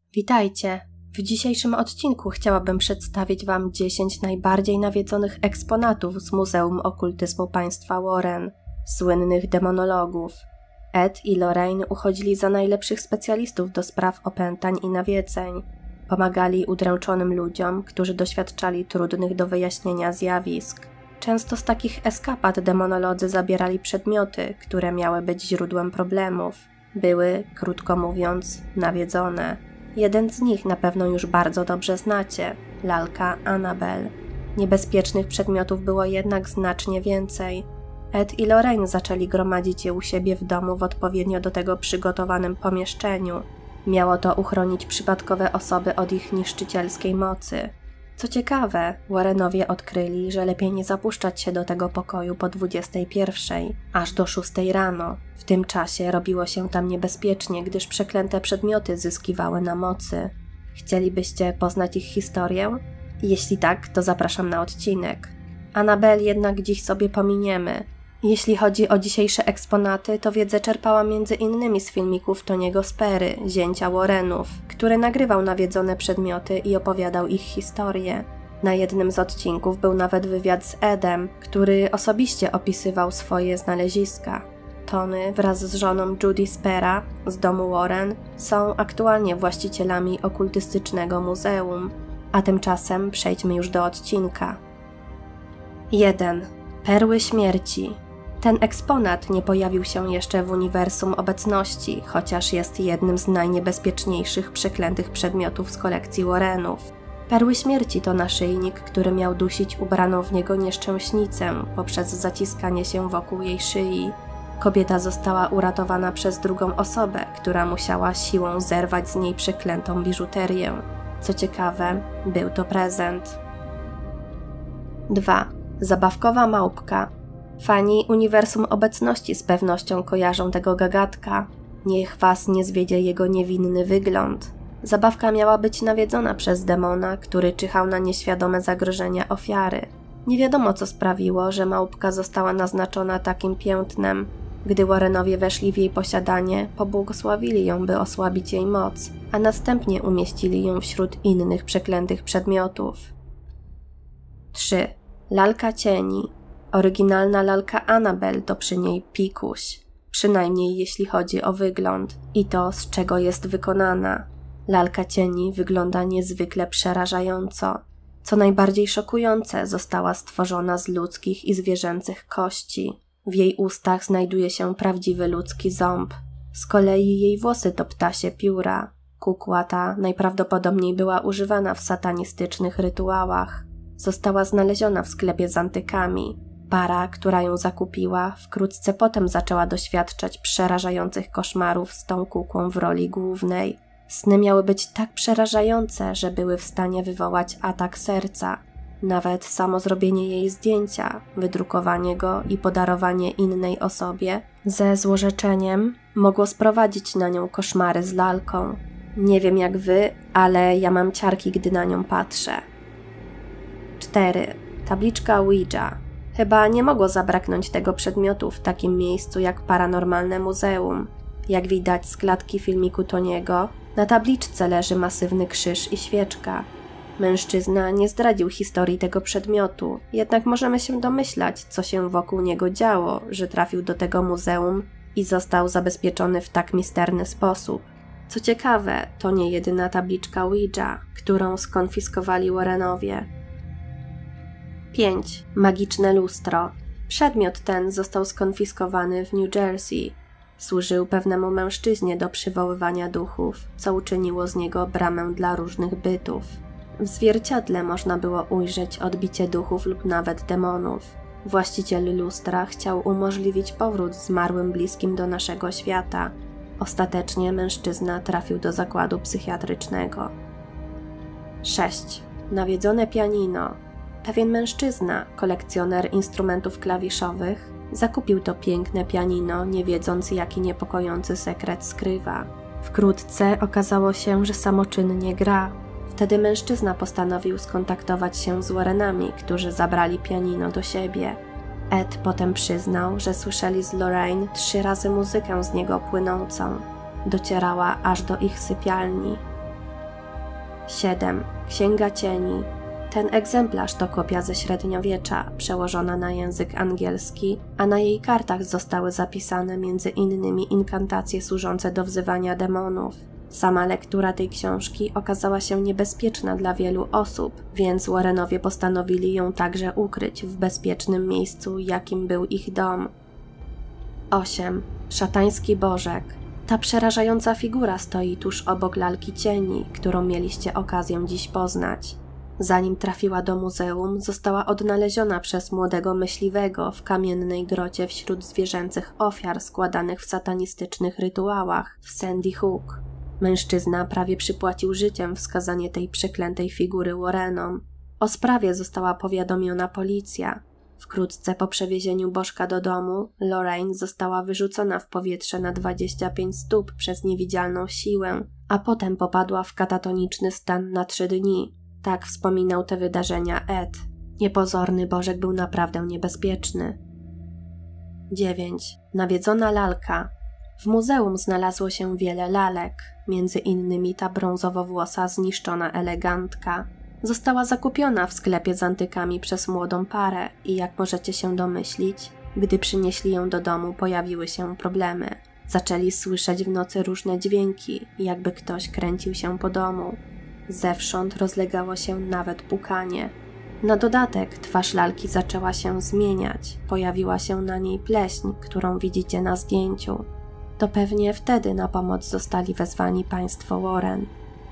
Witajcie! W dzisiejszym odcinku chciałabym przedstawić Wam 10 najbardziej nawiedzonych eksponatów z Muzeum Okultyzmu Państwa Warren, słynnych demonologów. Ed i Lorraine uchodzili za najlepszych specjalistów do spraw opętań i nawiedzeń. Pomagali udręczonym ludziom, którzy doświadczali trudnych do wyjaśnienia zjawisk. Często z takich eskapad demonolodzy zabierali przedmioty, które miały być źródłem problemów. Były, krótko mówiąc, nawiedzone. Jeden z nich na pewno już bardzo dobrze znacie – lalka Annabelle. Niebezpiecznych przedmiotów było jednak znacznie więcej. Ed i Lorraine zaczęli gromadzić je u siebie w domu w odpowiednio do tego przygotowanym pomieszczeniu. Miało to uchronić przypadkowe osoby od ich niszczycielskiej mocy. Co ciekawe, Warrenowie odkryli, że lepiej nie zapuszczać się do tego pokoju po 21, aż do 6 rano. W tym czasie robiło się tam niebezpiecznie, gdyż przeklęte przedmioty zyskiwały na mocy. Chcielibyście poznać ich historię? Jeśli tak, to zapraszam na odcinek. Annabelle jednak dziś sobie pominiemy. Jeśli chodzi o dzisiejsze eksponaty, to wiedzę czerpałam między innymi z filmików Tony'ego Sperry, zięcia Warrenów, który nagrywał nawiedzone przedmioty i opowiadał ich historię. Na jednym z odcinków był nawet wywiad z Edem, który osobiście opisywał swoje znaleziska. Tony wraz z żoną Judy Spera z domu Warren są aktualnie właścicielami okultystycznego muzeum. A tymczasem przejdźmy już do odcinka. 1. Perły śmierci. Ten eksponat nie pojawił się jeszcze w uniwersum obecności, chociaż jest jednym z najniebezpieczniejszych przeklętych przedmiotów z kolekcji Warrenów. Perły śmierci to naszyjnik, który miał dusić ubraną w niego nieszczęśnicę poprzez zaciskanie się wokół jej szyi. Kobieta została uratowana przez drugą osobę, która musiała siłą zerwać z niej przeklętą biżuterię. Co ciekawe, był to prezent. 2. Zabawkowa małpka. Fani uniwersum obecności z pewnością kojarzą tego gagatka. Niech was nie zwiedzie jego niewinny wygląd. Zabawka miała być nawiedzona przez demona, który czyhał na nieświadome zagrożenia ofiary. Nie wiadomo, co sprawiło, że małpka została naznaczona takim piętnem. Gdy Warrenowie weszli w jej posiadanie, pobłogosławili ją, by osłabić jej moc, a następnie umieścili ją wśród innych przeklętych przedmiotów. 3. Lalka cieni. Oryginalna lalka Annabelle to przy niej pikuś, przynajmniej jeśli chodzi o wygląd i to, z czego jest wykonana. Lalka cieni wygląda niezwykle przerażająco. Co najbardziej szokujące, została stworzona z ludzkich i zwierzęcych kości. W jej ustach znajduje się prawdziwy ludzki ząb. Z kolei jej włosy to ptasie pióra. Kukła ta najprawdopodobniej była używana w satanistycznych rytuałach. Została znaleziona w sklepie z antykami. Para, która ją zakupiła, wkrótce potem zaczęła doświadczać przerażających koszmarów z tą kukłą w roli głównej. Sny miały być tak przerażające, że były w stanie wywołać atak serca. Nawet samo zrobienie jej zdjęcia, wydrukowanie go i podarowanie innej osobie ze złorzeczeniem mogło sprowadzić na nią koszmary z lalką. Nie wiem jak wy, ale ja mam ciarki, gdy na nią patrzę. 4. Tabliczka Ouija. Chyba nie mogło zabraknąć tego przedmiotu w takim miejscu jak Paranormalne Muzeum. Jak widać z klatki filmiku Tony'ego, na tabliczce leży masywny krzyż i świeczka. Mężczyzna nie zdradził historii tego przedmiotu, jednak możemy się domyślać, co się wokół niego działo, że trafił do tego muzeum i został zabezpieczony w tak misterny sposób. Co ciekawe, to nie jedyna tabliczka Ouija, którą skonfiskowali Warrenowie. 5. Magiczne lustro. Przedmiot ten został skonfiskowany w New Jersey. Służył pewnemu mężczyźnie do przywoływania duchów, co uczyniło z niego bramę dla różnych bytów. W zwierciadle można było ujrzeć odbicie duchów lub nawet demonów. Właściciel lustra chciał umożliwić powrót zmarłym bliskim do naszego świata. Ostatecznie mężczyzna trafił do zakładu psychiatrycznego. 6. Nawiedzone pianino. Pewien mężczyzna, kolekcjoner instrumentów klawiszowych, zakupił to piękne pianino, nie wiedząc, jaki niepokojący sekret skrywa. Wkrótce okazało się, że samoczynnie gra. Wtedy mężczyzna postanowił skontaktować się z Warrenami, którzy zabrali pianino do siebie. Ed potem przyznał, że słyszeli z Lorraine 3 razy muzykę z niego płynącą. Docierała aż do ich sypialni. 7. Księga Cieni. Ten egzemplarz to kopia ze średniowiecza, przełożona na język angielski, a na jej kartach zostały zapisane m.in. inkantacje służące do wzywania demonów. Sama lektura tej książki okazała się niebezpieczna dla wielu osób, więc Warrenowie postanowili ją także ukryć w bezpiecznym miejscu, jakim był ich dom. 8. Szatański Bożek. Ta przerażająca figura stoi tuż obok lalki cieni, którą mieliście okazję dziś poznać. Zanim trafiła do muzeum, została odnaleziona przez młodego myśliwego w kamiennej grocie wśród zwierzęcych ofiar składanych w satanistycznych rytuałach w Sandy Hook. Mężczyzna prawie przypłacił życiem wskazanie tej przeklętej figury Warrenom. O sprawie została powiadomiona policja. Wkrótce po przewiezieniu Bożka do domu, Lorraine została wyrzucona w powietrze na 25 stóp przez niewidzialną siłę, a potem popadła w katatoniczny stan na 3 dni. Tak wspominał te wydarzenia Ed. Niepozorny Bożek był naprawdę niebezpieczny. 9. Nawiedzona lalka. W muzeum znalazło się wiele lalek, między innymi ta brązowowłosa zniszczona elegantka. Została zakupiona w sklepie z antykami przez młodą parę i jak możecie się domyślić, gdy przynieśli ją do domu, pojawiły się problemy. Zaczęli słyszeć w nocy różne dźwięki, jakby ktoś kręcił się po domu. Zewsząd rozlegało się nawet pukanie. Na dodatek twarz lalki zaczęła się zmieniać, pojawiła się na niej pleśń, którą widzicie na zdjęciu. To pewnie wtedy na pomoc zostali wezwani państwo Warren.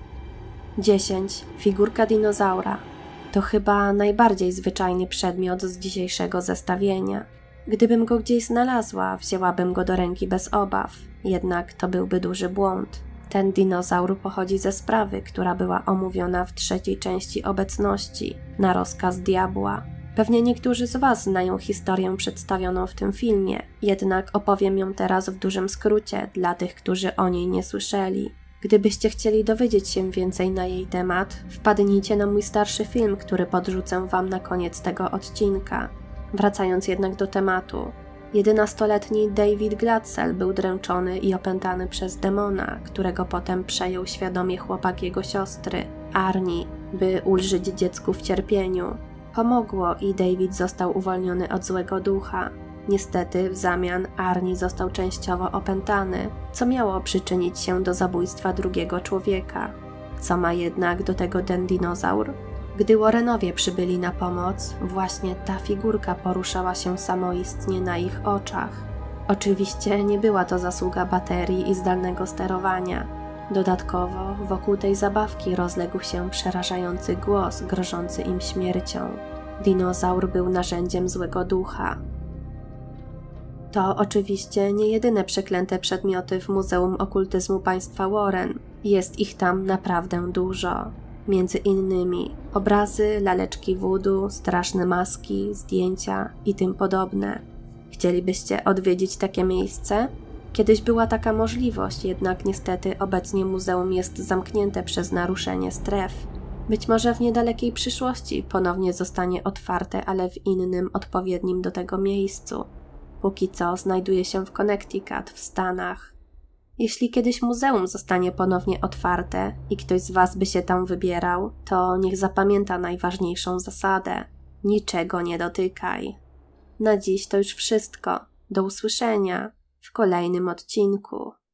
10. Figurka dinozaura. To chyba najbardziej zwyczajny przedmiot z dzisiejszego zestawienia. Gdybym go gdzieś znalazła, wzięłabym go do ręki bez obaw, jednak to byłby duży błąd. Ten dinozaur pochodzi ze sprawy, która była omówiona w 3. części Obecności, na rozkaz diabła. Pewnie niektórzy z Was znają historię przedstawioną w tym filmie, jednak opowiem ją teraz w dużym skrócie dla tych, którzy o niej nie słyszeli. Gdybyście chcieli dowiedzieć się więcej na jej temat, wpadnijcie na mój starszy film, który podrzucę Wam na koniec tego odcinka. Wracając jednak do tematu. 11-letni David Glatzel był dręczony i opętany przez demona, którego potem przejął świadomie chłopak jego siostry, Arnie, by ulżyć dziecku w cierpieniu. Pomogło i David został uwolniony od złego ducha. Niestety w zamian Arnie został częściowo opętany, co miało przyczynić się do zabójstwa drugiego człowieka. Co ma jednak do tego ten dinozaur? Gdy Warrenowie przybyli na pomoc, właśnie ta figurka poruszała się samoistnie na ich oczach. Oczywiście nie była to zasługa baterii i zdalnego sterowania. Dodatkowo wokół tej zabawki rozległ się przerażający głos grożący im śmiercią. Dinozaur był narzędziem złego ducha. To oczywiście nie jedyne przeklęte przedmioty w Muzeum Okultyzmu Państwa Warren. Jest ich tam naprawdę dużo. Między innymi obrazy, laleczki voodoo, straszne maski, zdjęcia i tym podobne. Chcielibyście odwiedzić takie miejsce? Kiedyś była taka możliwość, jednak niestety obecnie muzeum jest zamknięte przez naruszenie stref. Być może w niedalekiej przyszłości ponownie zostanie otwarte, ale w innym, odpowiednim do tego miejscu. Póki co znajduje się w Connecticut w Stanach. Jeśli kiedyś muzeum zostanie ponownie otwarte i ktoś z Was by się tam wybierał, to niech zapamięta najważniejszą zasadę. Niczego nie dotykaj. Na dziś to już wszystko. Do usłyszenia w kolejnym odcinku.